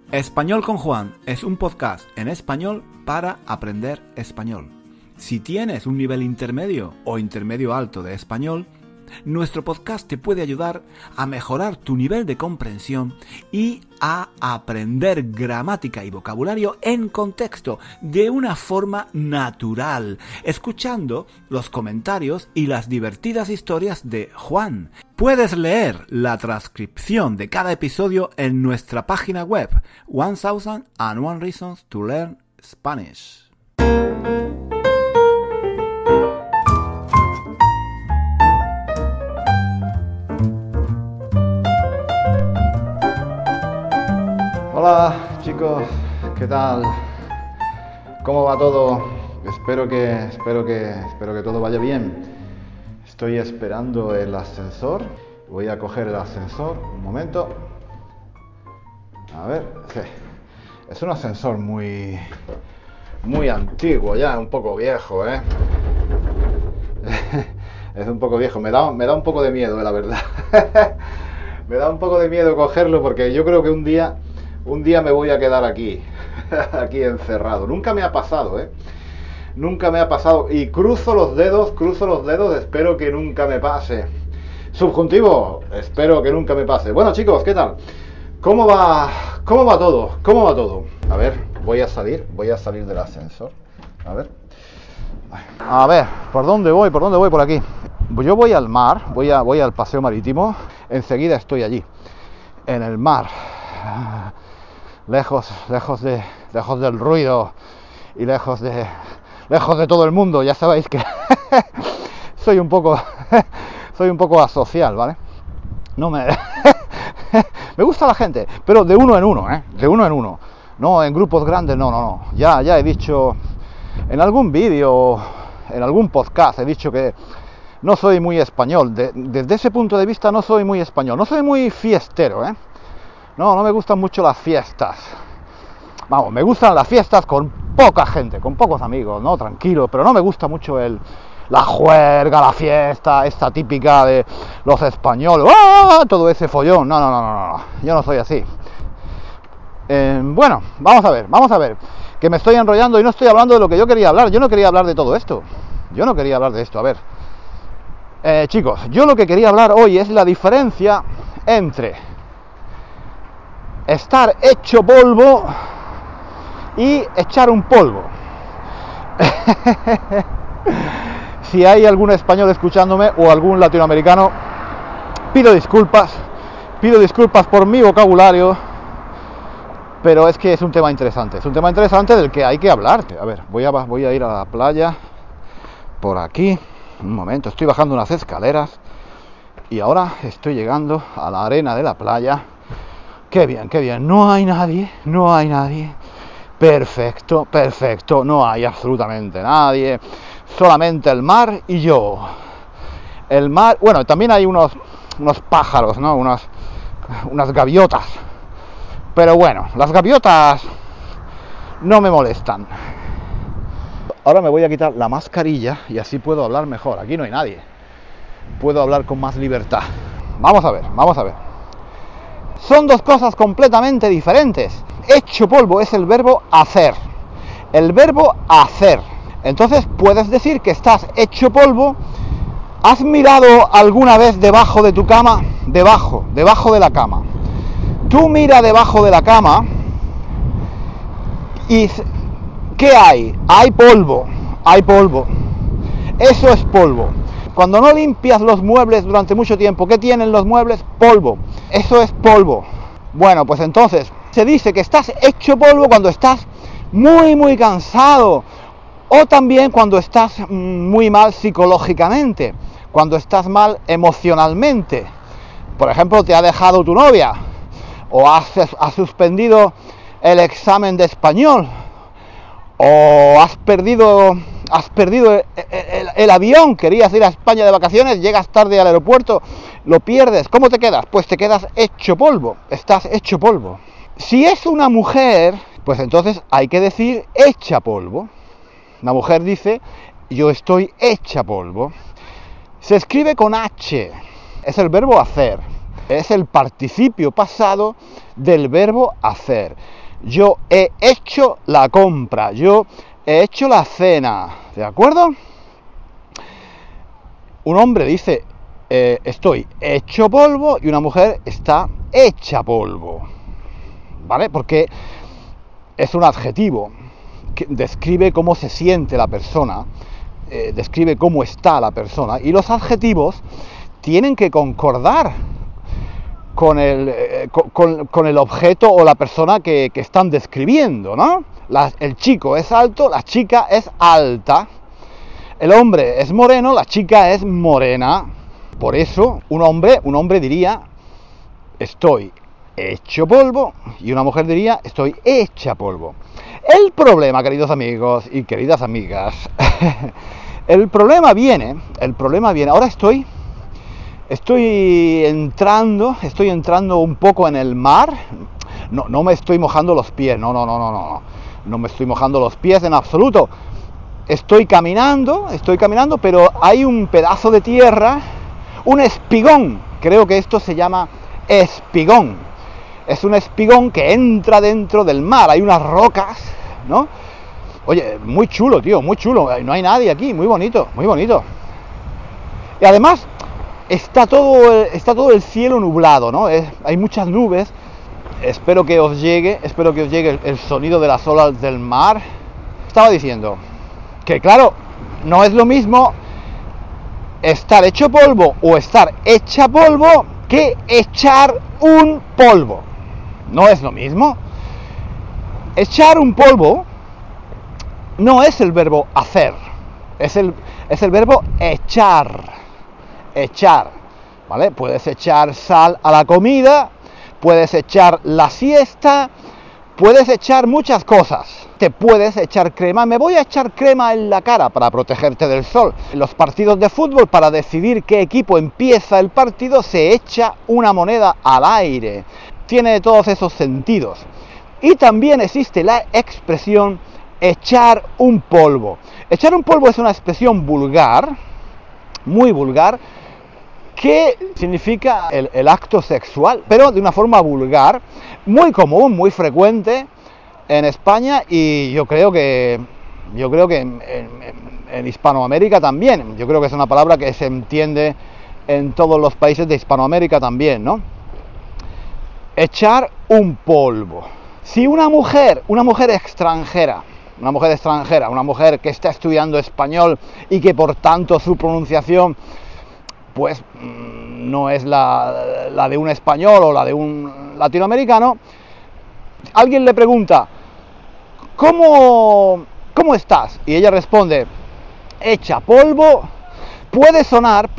Español con Juan es un podcast en español para aprender español. Si tienes un nivel intermedio o intermedio alto de español, nuestro podcast te puede ayudar a mejorar tu nivel de comprensión y a aprender gramática y vocabulario en contexto de una forma natural, escuchando los comentarios y las divertidas historias de Juan. Puedes leer la transcripción de cada episodio en nuestra página web 1001 Reasons to Learn Spanish. Hola chicos, ¿qué tal? ¿Cómo va todo? Espero que todo vaya bien. Estoy esperando el ascensor. Voy a coger el ascensor, un momento. A ver, sí. Es un ascensor muy antiguo ya, un poco viejo, ¿eh? Es un poco viejo, me da un poco de miedo, la verdad. Me da un poco de miedo cogerlo porque yo creo que un día me voy a quedar aquí encerrado. Nunca me ha pasado, Nunca me ha pasado. Y cruzo los dedos, espero que nunca me pase. Subjuntivo, espero que nunca me pase. Bueno chicos, ¿qué tal? ¿Cómo va todo? A ver, voy a salir del ascensor. A ver, ¿por dónde voy? Por aquí. Yo voy al mar, voy al paseo marítimo. Enseguida estoy allí, en el mar. Lejos del ruido y lejos de todo el mundo. Ya sabéis que soy un poco asocial, ¿vale? No me me gusta la gente, pero de uno en uno, no en grupos grandes, no. Ya he dicho en algún vídeo, en algún podcast, he dicho que no soy muy español. Desde ese punto de vista no soy muy español, no soy muy fiestero, No me gustan mucho las fiestas. Vamos, me gustan las fiestas con poca gente, con pocos amigos, ¿no? Tranquilo, pero no me gusta mucho la juerga, la fiesta, esta típica de los españoles, ¡ah! Todo ese follón. No, yo no soy así. Bueno, vamos a ver, que me estoy enrollando y no estoy hablando de lo que yo quería hablar. Yo no quería hablar de todo esto. A ver. Chicos, yo lo que quería hablar hoy es la diferencia entre estar hecho polvo y echar un polvo. Si hay algún español escuchándome o algún latinoamericano, pido disculpas por mi vocabulario, pero es que es un tema interesante del que hay que hablar. A ver, voy a ir a la playa por aquí. Un momento, estoy bajando unas escaleras y ahora estoy llegando a la arena de la playa. Qué bien, no hay nadie. Perfecto, no hay absolutamente nadie, solamente el mar y yo. El mar, bueno, también hay unos pájaros, ¿no? Unas gaviotas. Pero bueno, las gaviotas no me molestan. Ahora me voy a quitar la mascarilla y así puedo hablar mejor. Aquí no hay nadie. Puedo hablar con más libertad. Vamos a ver. Son dos cosas completamente diferentes. Hecho polvo es el verbo hacer. Entonces puedes decir que estás hecho polvo. ¿Has mirado alguna vez debajo de tu cama? Debajo de la cama. Tú mira debajo de la cama y ¿qué hay? Hay polvo. Eso es polvo. Cuando no limpias los muebles durante mucho tiempo, ¿qué tienen los muebles? Polvo. Eso es polvo. Bueno, pues entonces se dice que estás hecho polvo cuando estás muy cansado, o también cuando estás muy mal psicológicamente, cuando estás mal emocionalmente. Por ejemplo, te ha dejado tu novia, o has suspendido el examen de español, o has perdido el avión, querías ir a España de vacaciones, llegas tarde al aeropuerto, lo pierdes. ¿Cómo te quedas? Pues te quedas hecho polvo, estás hecho polvo. Si es una mujer, pues entonces hay que decir hecha polvo. La mujer dice, yo estoy hecha polvo. Se escribe con H, es el verbo hacer. Es el participio pasado del verbo hacer. Yo he hecho la compra, yo he hecho la cena, ¿de acuerdo? Un hombre dice, estoy hecho polvo, y una mujer está hecha polvo, ¿vale? Porque es un adjetivo que describe cómo se siente la persona, describe cómo está la persona, y los adjetivos tienen que concordar con el objeto o la persona que están describiendo, ¿no? El chico es alto, la chica es alta. El hombre es moreno, la chica es morena. Por eso, un hombre diría, estoy hecho polvo, y una mujer diría, estoy hecha polvo. El problema, queridos amigos y queridas amigas, el problema viene, ahora estoy entrando un poco en el mar. No me estoy mojando los pies, no me estoy mojando los pies en absoluto. Estoy caminando, pero hay un pedazo de tierra, un espigón, creo que esto se llama espigón. Es un espigón que entra dentro del mar, hay unas rocas, ¿no? Oye, muy chulo, tío, muy chulo, no hay nadie aquí, muy bonito, muy bonito. Y además, está todo el cielo nublado, ¿no? Hay muchas nubes. Espero que os llegue el sonido de las olas del mar. Estaba diciendo que, claro, no es lo mismo estar hecho polvo o estar hecha polvo que echar un polvo. No es lo mismo. Echar un polvo no es el verbo hacer, es el verbo echar, ¿vale? Puedes echar sal a la comida, puedes echar la siesta, puedes echar muchas cosas. Te puedes echar crema. Me voy a echar crema en la cara para protegerte del sol. En los partidos de fútbol, para decidir qué equipo empieza el partido, se echa una moneda al aire. Tiene todos esos sentidos. Y también existe la expresión echar un polvo. Echar un polvo es una expresión vulgar, muy vulgar, que significa el acto sexual, pero de una forma vulgar, muy común, muy frecuente en España, y yo creo que en Hispanoamérica también. Yo creo que es una palabra que se entiende en todos los países de Hispanoamérica también, ¿no? Echar un polvo. Si una mujer extranjera, una mujer que está estudiando español y que por tanto su pronunciación pues no es la de un español o la de un latinoamericano, alguien le pregunta, ¿cómo estás? Y ella responde, hecha polvo. Puede sonar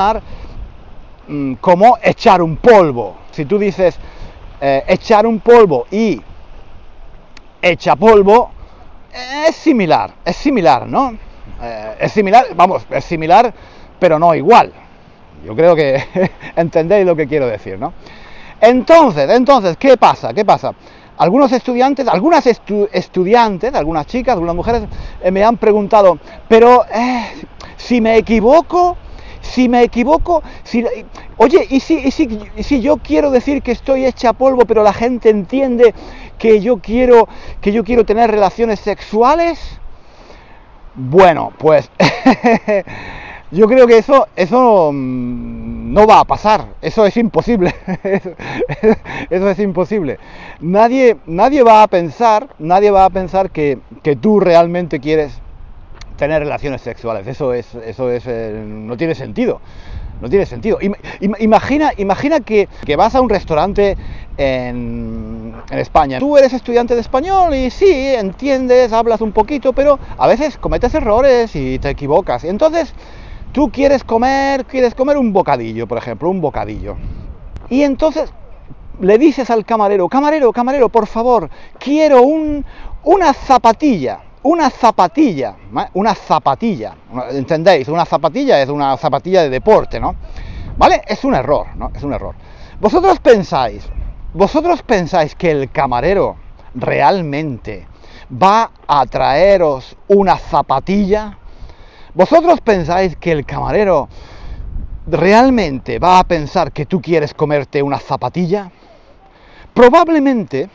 como echar un polvo. Si tú dices echar un polvo y hecha polvo, es similar, ¿no? Es similar, pero no igual. Yo creo que entendéis lo que quiero decir, ¿no? Entonces, ¿qué pasa? Algunos estudiantes, algunas chicas, algunas mujeres me han preguntado, pero si me equivoco, oye, ¿y si yo quiero decir que estoy hecha polvo, pero la gente entiende que yo quiero tener relaciones sexuales? Bueno, pues yo creo que eso no va a pasar, eso es imposible. Eso es imposible. Nadie va a pensar que tú realmente quieres tener relaciones sexuales. Eso es no tiene sentido. Imagina que vas a un restaurante en España. Tú eres estudiante de español y sí, entiendes, hablas un poquito, pero a veces cometes errores y te equivocas. Y entonces tú quieres comer un bocadillo, por ejemplo, Y entonces le dices al camarero, por favor, quiero una zapatilla, ¿entendéis? Una zapatilla es una zapatilla de deporte, ¿no? ¿Vale? Es un error, ¿no? Es un error. ¿Vosotros pensáis que el camarero realmente va a traeros una zapatilla? ¿Vosotros pensáis que el camarero realmente va a pensar que tú quieres comerte una zapatilla? Probablemente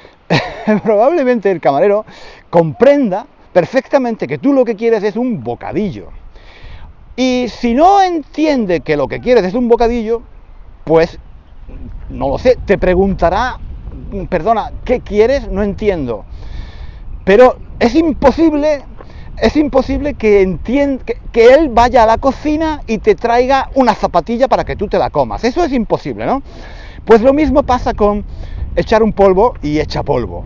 el camarero comprenda perfectamente que tú lo que quieres es un bocadillo. Y si no entiende que lo que quieres es un bocadillo, pues, no lo sé, te preguntará, perdona, ¿qué quieres? No entiendo. Pero es imposible que él vaya a la cocina y te traiga una zapatilla para que tú te la comas. Eso es imposible, ¿no? Pues lo mismo pasa con echar un polvo y echa polvo.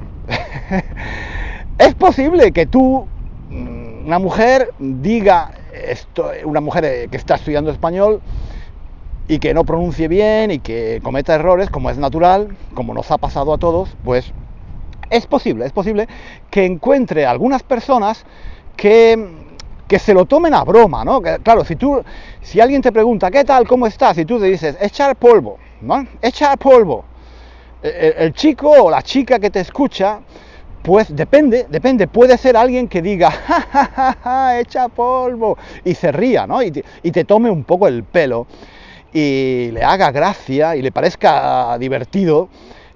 Es posible que tú, una mujer, diga, una mujer que está estudiando español y que no pronuncie bien y que cometa errores, como es natural, como nos ha pasado a todos, pues es posible que encuentre algunas personas que se lo tomen a broma, ¿no? Claro, si alguien te pregunta, ¿qué tal? ¿Cómo estás? Y tú te dices, echar polvo, ¿no? Echar polvo. El chico o la chica que te escucha, pues depende, puede ser alguien que diga, ja, ja, ja, ja, echa polvo, y se ría, ¿no? Y te tome un poco el pelo, y le haga gracia, y le parezca divertido,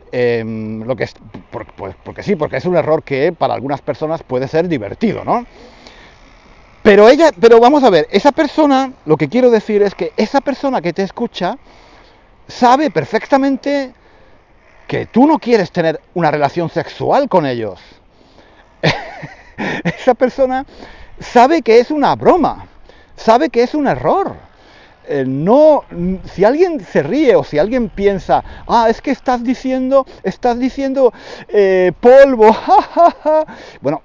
porque es un error que para algunas personas puede ser divertido, ¿no? Pero vamos a ver, esa persona, lo que quiero decir es que esa persona que te escucha sabe perfectamente que tú no quieres tener una relación sexual con ellos. Esa persona sabe que es una broma, sabe que es un error. Si alguien se ríe o si alguien piensa, es que estás diciendo polvo, ja, ja, ja. Bueno,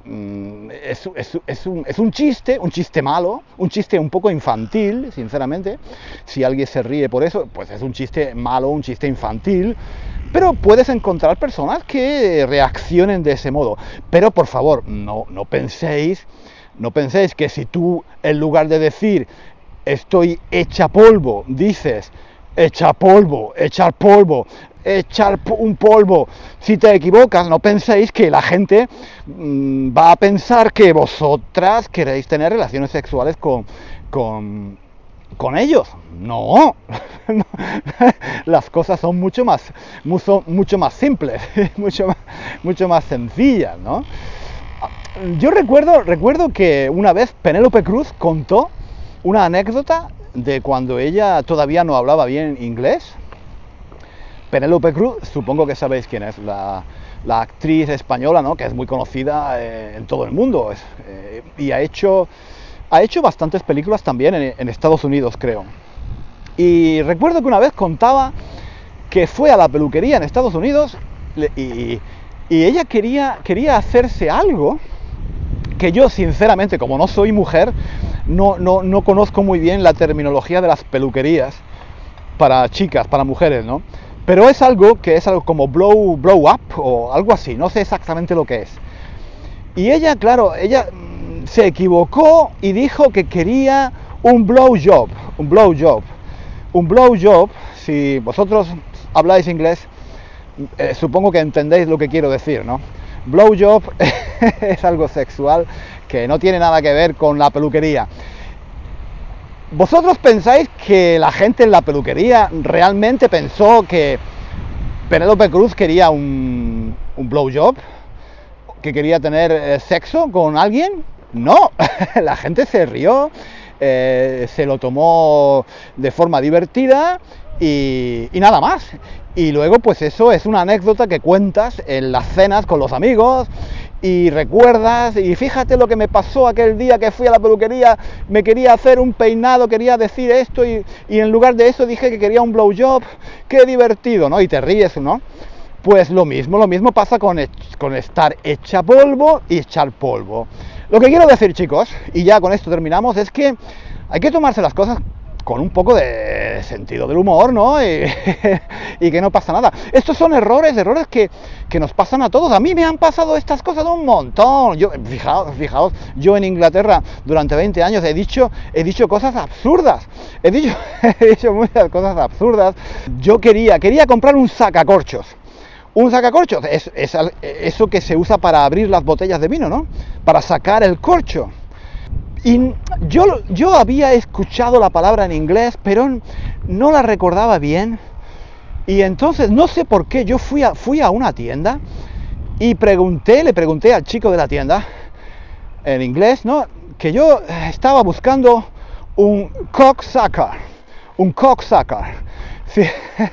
es un chiste malo, un chiste un poco infantil, sinceramente. Si alguien se ríe por eso, pues es un chiste malo, un chiste infantil. Pero puedes encontrar personas que reaccionen de ese modo. Pero por favor, no penséis que si tú, en lugar de decir estoy hecha polvo, dices echa polvo, echar polvo, echar un polvo. Si te equivocas, no penséis que la gente va a pensar que vosotras queréis tener relaciones sexuales con ellos. No, las cosas son mucho más simples, mucho más sencillas, ¿no? Yo recuerdo que una vez Penélope Cruz contó una anécdota de cuando ella todavía no hablaba bien inglés. Penélope Cruz, supongo que sabéis quién es, la actriz española, ¿no? Que es muy conocida en todo el mundo, y ha hecho bastantes películas también en Estados Unidos, creo. Y recuerdo que una vez contaba que fue a la peluquería en Estados Unidos y ella quería hacerse algo que yo, sinceramente, como no soy mujer, no conozco muy bien la terminología de las peluquerías para chicas, para mujeres, ¿no? Pero es algo como blow up o algo así, no sé exactamente lo que es. Y ella se equivocó y dijo que quería un blowjob. Un blowjob, si vosotros habláis inglés, supongo que entendéis lo que quiero decir, ¿no? Blowjob es algo sexual que no tiene nada que ver con la peluquería. ¿Vosotros pensáis que la gente en la peluquería realmente pensó que Penélope Cruz quería un blowjob? ¿Que quería tener sexo con alguien? No, la gente se rió, se lo tomó de forma divertida y nada más. Y luego pues eso es una anécdota que cuentas en las cenas con los amigos y recuerdas, y fíjate lo que me pasó aquel día que fui a la peluquería, me quería hacer un peinado, quería decir esto y en lugar de eso dije que quería un blowjob, qué divertido, ¿no? Y te ríes, ¿no? Pues lo mismo pasa con estar hecha polvo y echar polvo. Lo que quiero decir, chicos, y ya con esto terminamos, es que hay que tomarse las cosas con un poco de sentido del humor, ¿no? Y que no pasa nada. Estos son errores que nos pasan a todos. A mí me han pasado estas cosas un montón. Fijaos, yo en Inglaterra durante 20 años he dicho cosas absurdas. He dicho muchas cosas absurdas. Yo quería comprar un sacacorchos. Un sacacorchos es eso que se usa para abrir las botellas de vino, ¿no? Para sacar el corcho. Y yo había escuchado la palabra en inglés, pero no la recordaba bien. Y entonces, no sé por qué, yo fui a una tienda y le pregunté al chico de la tienda, en inglés, ¿no?, que yo estaba buscando un cocksucker. Sí.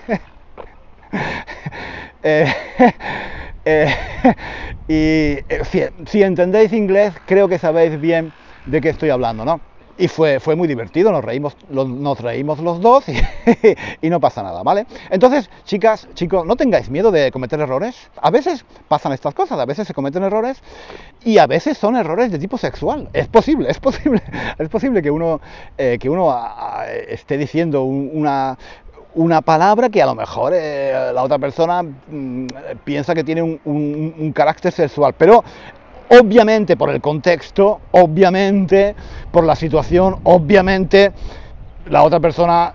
Si entendéis inglés, creo que sabéis bien de qué estoy hablando, ¿no? Y fue muy divertido, nos reímos los dos y no pasa nada, ¿vale? Entonces, chicas, chicos, no tengáis miedo de cometer errores. A veces pasan estas cosas, a veces se cometen errores y a veces son errores de tipo sexual. Es posible que uno esté diciendo una palabra que a lo mejor la otra persona piensa que tiene un carácter sexual, pero obviamente por el contexto, obviamente por la situación, obviamente la otra persona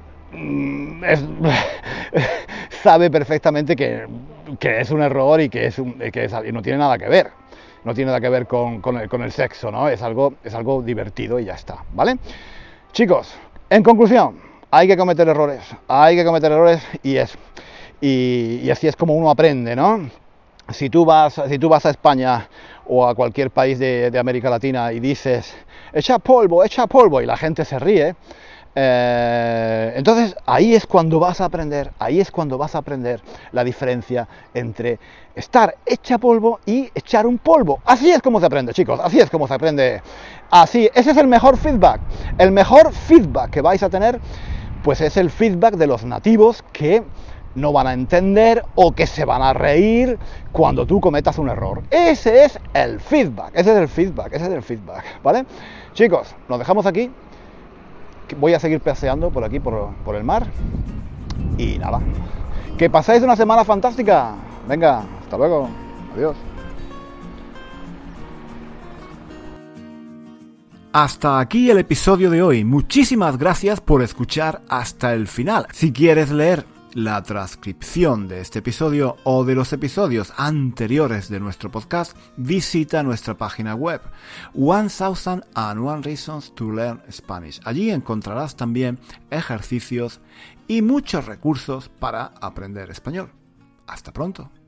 sabe perfectamente que es un error y y no tiene nada que ver. No tiene nada que ver con el sexo, ¿no? Es algo divertido y ya está, ¿vale? Chicos, en conclusión, hay que cometer errores y así es como uno aprende, ¿no? Si tú vas a España o a cualquier país de América Latina y dices echa polvo, y la gente se ríe, entonces ahí es cuando vas a aprender la diferencia entre estar hecha polvo y echar un polvo. Así es como se aprende, chicos, así es como se aprende. Ese es el mejor feedback que vais a tener, pues es el feedback de los nativos que no van a entender o que se van a reír cuando tú cometas un error. Ese es el feedback, ¿vale? Chicos, nos dejamos aquí. Voy a seguir paseando por aquí, por el mar. Y nada, que paséis una semana fantástica. Venga, hasta luego. Adiós. Hasta aquí el episodio de hoy. Muchísimas gracias por escuchar hasta el final. Si quieres leer la transcripción de este episodio o de los episodios anteriores de nuestro podcast, visita nuestra página web 1001 Reasons to Learn Spanish. Allí encontrarás también ejercicios y muchos recursos para aprender español. Hasta pronto.